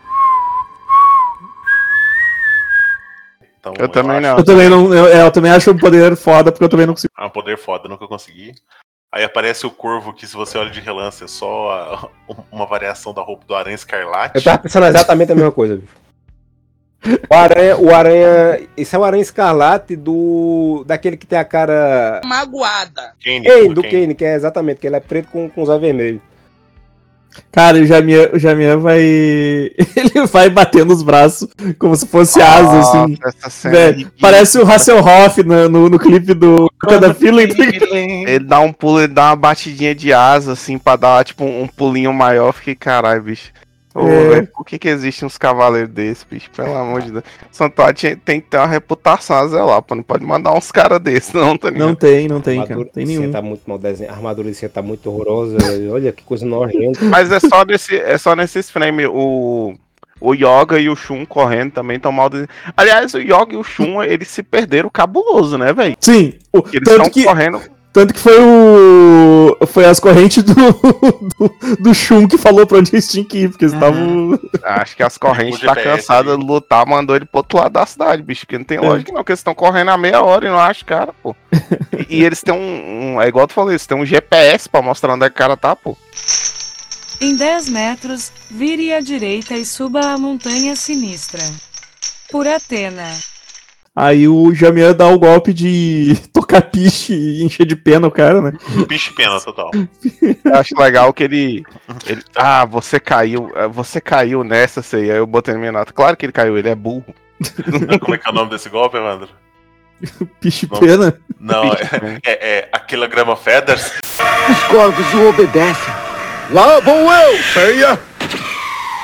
Então, eu, eu também não. Eu também não. Eu, eu também acho um poder foda, porque eu também não consigo. É um poder foda, nunca consegui. Aí aparece o corvo, que se você olha de relance é só a, uma variação da roupa do Aranha Escarlate. Eu tava pensando exatamente a mesma coisa, bicho. O Aranha, o Aranha. Esse é o Aranha Escarlate do. Daquele que tem a cara. Magoada. Kane, Kane, do Kane. Kane, que é exatamente, que ele é preto com, com os olhos vermelhos. Cara, o Jamian, o Jamian vai. Ele vai batendo os braços como se fosse ah, asa, assim. Véio, parece o Hasselhoff no, no, no clipe do Cada Fila. Ele dá um pulo, ele dá uma batidinha de asa, assim, pra dar tipo um pulinho maior. Fiquei, caralho, bicho. Ô, é. Véio, por que que existem uns cavaleiros desses, bicho? Pelo amor de Deus. Santuário tem que ter uma reputação a zelar, pô. Não pode mandar uns caras desses, não, tá ligado? Não tem, não tem, cara. Não tem nenhum. Tá muito mal desenhado. A armadura de tá muito horrorosa. Olha que coisa nojenta. Mas é só, nesse, é só nesses frames. O, o Yoga e o Shun correndo também estão mal desenhados. Aliás, o Yoga e o Shun, eles se perderam cabuloso, né, velho? Sim. O, eles estão que... correndo. Tanto que foi o. Foi as correntes do, do, do Shun que falou pra onde eles tinham que ir, porque eles estavam. Uhum. Acho que as correntes tá cansadas de lutar, mandou ele pro outro lado da cidade, bicho. Porque não tem é. lógica, não, porque eles estão correndo a meia hora e não acho cara, pô. E, e eles têm um, um. É igual tu falou, eles têm um G P S pra mostrar onde é que o cara tá, pô. Em dez metros, vire à direita e suba a montanha sinistra. Por Atena. Aí o Jamian dá o golpe de tocar piche e encher de pena o cara, né? Piche pena, total. Eu acho legal que ele, ele... Ah, você caiu. Você caiu nessa, sei. Aí eu botei na minha nota. Claro que ele caiu, ele é burro. Como é que é o nome desse golpe, Evandro? Piche pena? Não, é, é, é a Kilograma Feathers. Os corvos o obedecem. Lá vou eu, Seiya!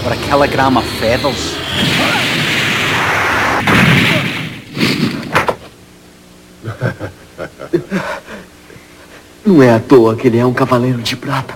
for a kilogram of feathers. Não é à toa que ele é um cavaleiro de prata.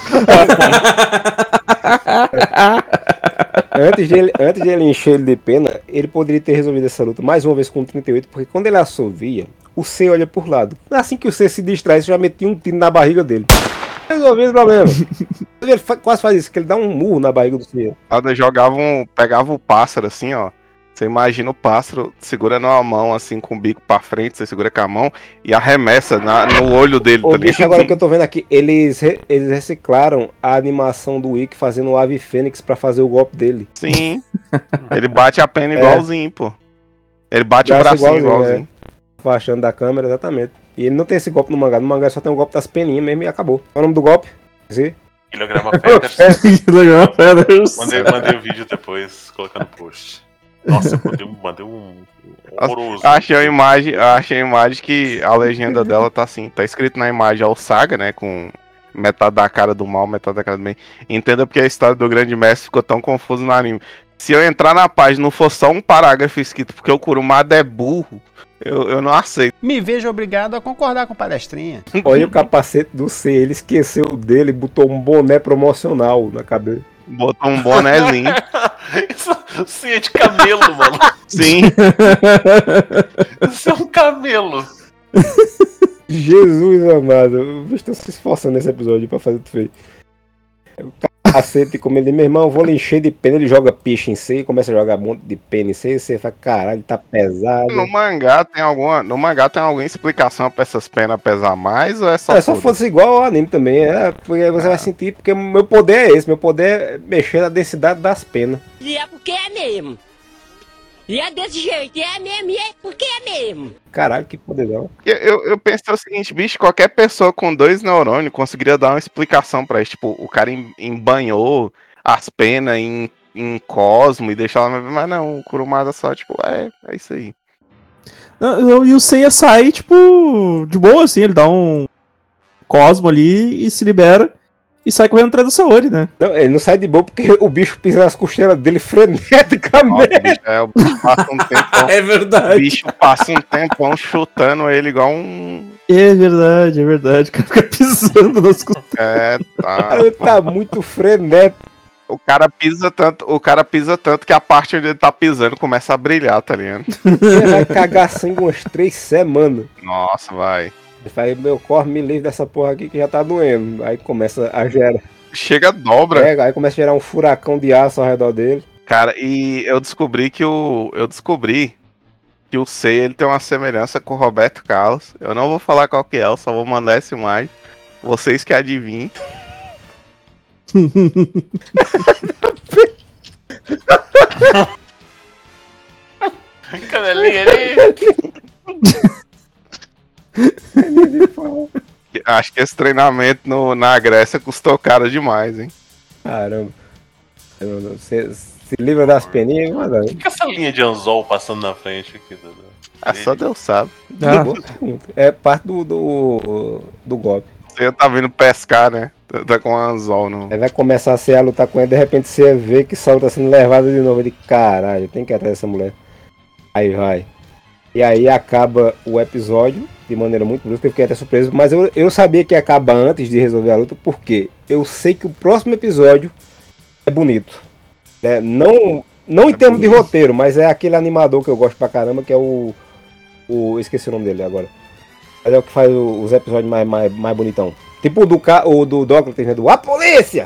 Antes de, ele, antes de ele encher ele de pena, ele poderia ter resolvido essa luta mais uma vez com o trinta e oito, porque quando ele assovia, o C olha por lado. Assim que o C se distrai, você já metia um tiro na barriga dele. Resolvido o problema. Ele quase faz isso, que ele dá um murro na barriga do C. Quando jogava um, pegava o pássaro assim, ó. Você imagina o pássaro segurando a mão assim, com o bico pra frente, você segura com a mão e arremessa na, no olho dele. Ô, tá bicho, agora que eu tô vendo aqui, eles, re, eles reciclaram a animação do Wick fazendo o Ave Fênix pra fazer o golpe dele. Sim. Ele bate a pena igualzinho, é. pô. Ele bate Graças o bracinho igualzinho. igualzinho. É. Baixando da câmera, exatamente. E ele não tem esse golpe no mangá. No mangá só tem o golpe das peninhas mesmo e acabou. Qual é o nome do golpe? Sim. Kilograma Feathers. Kilograma Feathers. Mandei, mandei o vídeo depois, colocar no post. Nossa, eu mandei, mandei um horroroso. Achei a imagem, achei a imagem que a legenda dela tá assim, tá escrito na imagem ao Saga, né, com metade da cara do mal, metade da cara do bem. Entenda porque a história do grande mestre ficou tão confusa no anime. Se eu entrar na página e não for só um parágrafo escrito porque o Kurumada é burro, eu, eu não aceito. Me vejo obrigado a concordar com o palestrinha. Olha o capacete do C, ele esqueceu dele e botou um boné promocional na cabeça. Botou um bonézinho. Isso sim é de camelo, mano. Sim. Isso é um camelo. Jesus amado. Eu estou se esforçando nesse episódio pra fazer tudo feio. O cacete, como ele, meu irmão, eu vou lhe encher de pena. Ele joga peixe em C, começa a jogar um monte de pena em C. Você fala, caralho, tá pesado. No mangá tem alguma, no mangá tem alguma explicação pra essas penas pesar mais ou é só. É só fosse igual ao anime também. É, porque você ah. vai sentir, porque meu poder é esse. Meu poder é mexer na densidade das penas. E é porque é mesmo. E é desse jeito, e é mesmo, e é porque é mesmo. Caralho, que poderzão. Eu, eu, eu pensei o seguinte, bicho, qualquer pessoa com dois neurônios conseguiria dar uma explicação pra isso. Tipo, o cara embanhou as penas em, em Cosmo e deixou ela... Mas não, o Kurumada só, tipo, é, é isso aí. Não, e o Seiya sai, tipo, de boa, assim, ele dá um Cosmo ali e se libera. E sai correndo atrás do Saori, né? Não, ele não sai de boa porque o bicho pisa nas costelas dele freneticamente. Nossa, bicho, é, o bicho passa um tempão, é verdade. O bicho passa um tempão chutando ele igual um... É verdade, é verdade. O cara fica pisando nas costelas. É, tá. Ele tá muito frenético. O cara pisa tanto, o cara pisa tanto que a parte onde ele tá pisando começa a brilhar, tá ligado? Ele vai cagar sangue umas três semanas. Nossa, vai. Ele fala, meu corpo me livre dessa porra aqui que já tá doendo. Aí começa a gerar. Chega, dobra. É, aí começa a gerar um furacão de aço ao redor dele. Cara, e eu descobri que o. Eu descobri que o Sei, ele tem uma semelhança com o Roberto Carlos. Eu não vou falar qual que é, eu só vou mandar essa imagem. Vocês que adivinhem. Canelinha ali. Acho que esse treinamento no, na Grécia custou caro demais, hein? Caramba. Você se livra das peninhas, mas o que, que é essa linha de anzol passando na frente aqui? Ah, só Deus sabe. Ah, é parte do, do, do golpe. Você tá vindo pescar, né? Tá com anzol no. Aí vai começar a ser a lutar com ele, de repente você vê que Saul tá sendo levado de novo. Ele, caralho, tem que ir atrás dessa mulher. Aí vai. E aí acaba o episódio de maneira muito brusca, eu fiquei até surpreso, mas eu, eu sabia que ia acabar antes de resolver a luta, porque eu sei que o próximo episódio é bonito. Né? Não, não em termos de roteiro, mas é aquele animador que eu gosto pra caramba, que é o... o esqueci o nome dele agora. Mas é o que faz os episódios mais, mais, mais bonitão. Tipo o do, o do Doctor, né? Do A Polícia!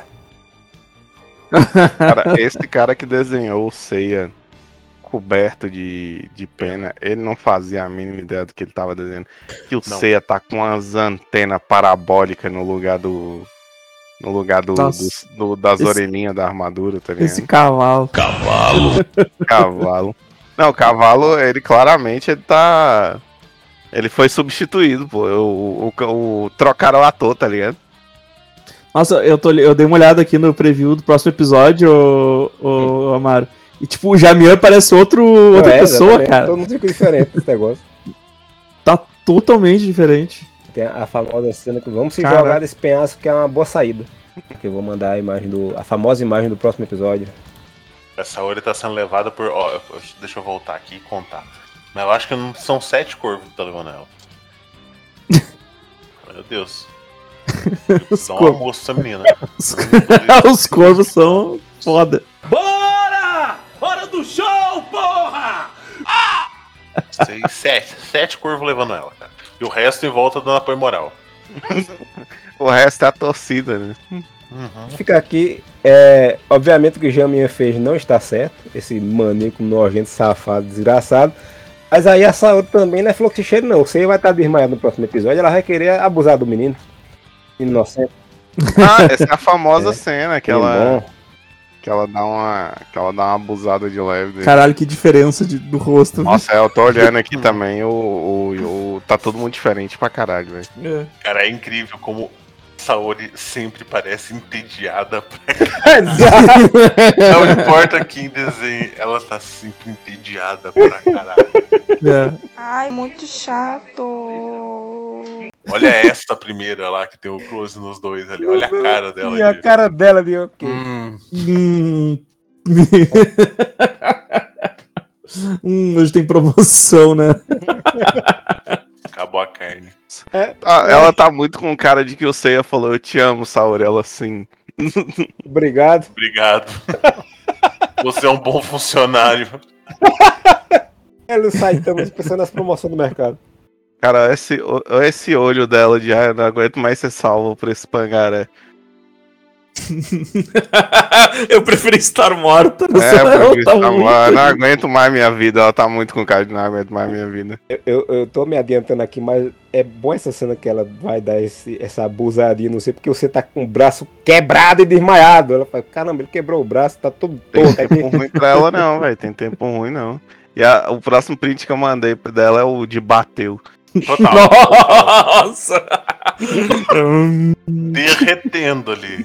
Cara, esse cara que desenhou o Seiya coberto de, de pena, ele não fazia a mínima ideia do que ele tava desenhando. Que o não. Seiya tá com umas antenas parabólicas no lugar do. No lugar do, do, do das esse, orelhinhas da armadura, tá ligado? Esse cavalo. Cavalo. Cavalo. Não, o cavalo, ele claramente ele tá. Ele foi substituído, pô. O, o, o, o, trocaram o ator, tá ligado? Nossa, eu, tô, eu dei uma olhada aqui no preview do próximo episódio, o, o Amaro. E tipo, o Jamian parece outro, outra é, pessoa, cara. Todo mundo fica diferente desse negócio. Tá totalmente diferente. Tem a famosa cena que vamos se Caraca. jogar desse penhasco, que é uma boa saída. Que eu vou mandar a imagem do. A famosa imagem do próximo episódio. A Saori tá sendo levada por. Ó, deixa eu voltar aqui e contar. Mas eu acho que não são sete corvos que tá levando ela. Meu Deus. Dá um almoço essa menina. Os, Os corvos são foda. Bora! Hora do show, porra! Ah! Seis, sete. Sete corvos levando ela, cara. E o resto em volta dando apoio moral. O resto é a torcida, né? Uhum. Fica aqui, é, obviamente o que o Jaminha fez não está certo, esse maníaco nojento, safado, desgraçado. Mas aí a Saori também não é fluxicheiro não, você vai estar desmaiado no próximo episódio, ela vai querer abusar do menino. Inocente. Ah, essa é a famosa é, cena que ela, bom. que ela dá uma que ela dá uma abusada de leve dele. Caralho, que diferença de, do rosto. Nossa, é, eu tô olhando aqui também, o, o, o, tá todo mundo diferente pra caralho, velho. É. Cara, é incrível como Saori sempre parece entediada pra caralho. Não importa quem desenhe, ela tá sempre entediada pra caralho. É. Ai, muito chato. Olha essa primeira lá que tem o close nos dois ali. Olha a cara dela. E a cara dela ali, ok. Hum. Hum. hum, hoje tem promoção, né? Acabou a carne. É, ah, ela tá muito com cara de que o Seiya falou: eu te amo, Saori. Ela assim. Obrigado. Obrigado. Você é um bom funcionário. Ela sai, estamos pensando nas promoções do mercado. Cara, esse, esse olho dela de ah, eu não aguento mais ser salvo por esse pangaré. Eu prefiro estar morta. É, eu prefiro estar morta. Eu não aguento mais minha vida. Ela tá muito com cara de não aguento mais minha vida. Eu, eu, eu tô me adiantando aqui, mas é bom essa cena que ela vai dar esse, essa abusadinha, não sei, porque você tá com o braço quebrado e desmaiado. Ela fala, caramba, ele quebrou o braço, tá todo todo. Tem tempo ruim pra ela não, velho. Tem tempo ruim não. E a, o próximo print que eu mandei dela é o de bateu. Total. Nossa! Derretendo ali.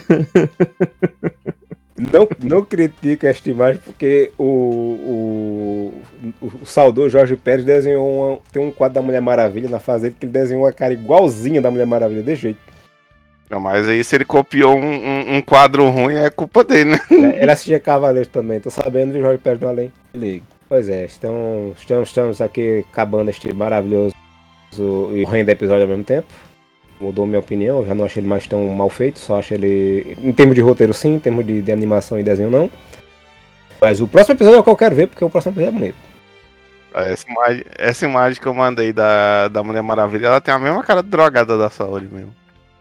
Não, não critico esta imagem porque o, o, o saudoso Jorge Pérez desenhou uma, tem um quadro da Mulher Maravilha na fazenda que ele desenhou uma cara igualzinha da Mulher Maravilha, desse jeito. Não, mas aí se ele copiou um, um, um quadro ruim é culpa dele, né? É, ele assistia Cavaleiros também, tô sabendo de Jorge Pérez do Além. Pois é, estamos, estamos, estamos aqui acabando este maravilhoso e horrendo episódio ao mesmo tempo. Mudou minha opinião, eu já não achei ele mais tão mal feito, só acho ele, em termos de roteiro sim, em termos de, de animação e desenho não. Mas o próximo episódio é o que eu quero ver, porque o próximo episódio é bonito. Essa imagem, essa imagem que eu mandei da, da Mulher Maravilha, ela tem a mesma cara de drogada da Saori mesmo.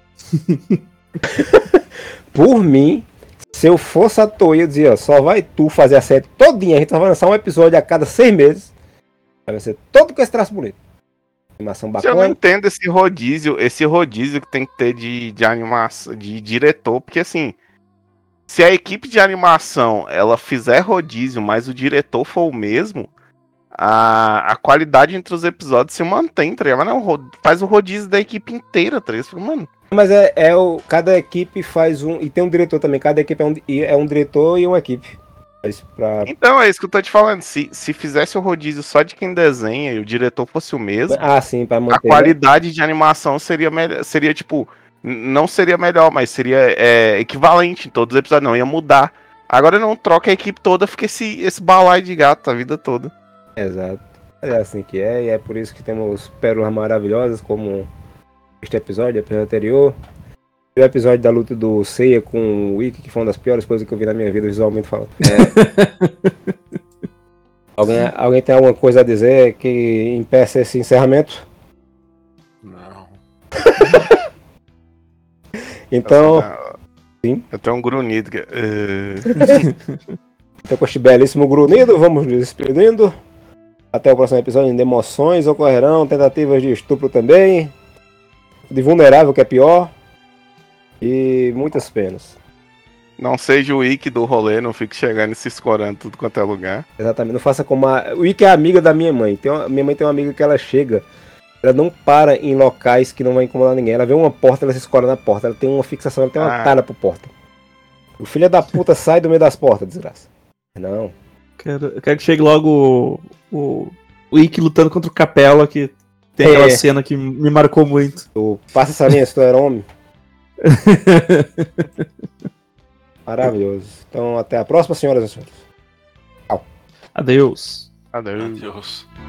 Por mim, se eu fosse a Toei, eu dizia, ó, só vai tu fazer a série todinha, a gente vai lançar um episódio a cada seis meses. Vai ser todo com esse traço bonito. Animação bacana. Eu não entendo esse rodízio, esse rodízio que tem que ter de, de animação, de diretor, porque assim, se a equipe de animação ela fizer rodízio, mas o diretor for o mesmo, a, a qualidade entre os episódios se mantém, tá ligado? Mas não, faz o rodízio da equipe inteira, tá ligado? Mano. Mas é, é o, cada equipe faz um, e tem um diretor também, cada equipe é um, é um diretor e uma equipe. Pra... Então, é isso que eu tô te falando. Se, se fizesse o rodízio só de quem desenha e o diretor fosse o mesmo, ah, sim, pra manter, a qualidade de animação seria melhor. Seria tipo, não seria melhor, mas seria é, equivalente em todos os episódios. Não ia mudar. Agora não troca a equipe toda, fica esse, esse balaio de gato a vida toda. Exato. É assim que é, e é por isso que temos pérolas maravilhosas como este episódio, o episódio anterior. O episódio da luta do Seiya com o Ikki, que foi uma das piores coisas que eu vi na minha vida, visualmente falando. É. alguém, alguém tem alguma coisa a dizer que impeça esse encerramento? Não. Então... Nossa, sim. Eu tenho um grunhido. Que... Uh... Então com este belíssimo grunhido, vamos nos despedindo. Até o próximo episódio, de emoções ocorrerão, tentativas de estupro também. De vulnerável, que é pior. E muitas penas. Não seja o Ikki do rolê, não fique chegando e se escorando tudo quanto é lugar. Exatamente, não faça como a... O Ikki é amiga da minha mãe. Tem uma... Minha mãe tem uma amiga que ela chega, ela não para em locais que não vai incomodar ninguém. Ela vê uma porta, ela se escora na porta. Ela tem uma fixação, ela tem uma ah. tara por porta. O filho da puta sai do meio das portas, desgraça. Não. Quero, eu quero que chegue logo o, o, o Ikki lutando contra o Capela, que tem é. aquela cena que me marcou muito. Tu passa essa linha se tu era homem. Maravilhoso. Então, até a próxima, senhoras e senhores. Tchau. Adeus. Adeus. Adeus.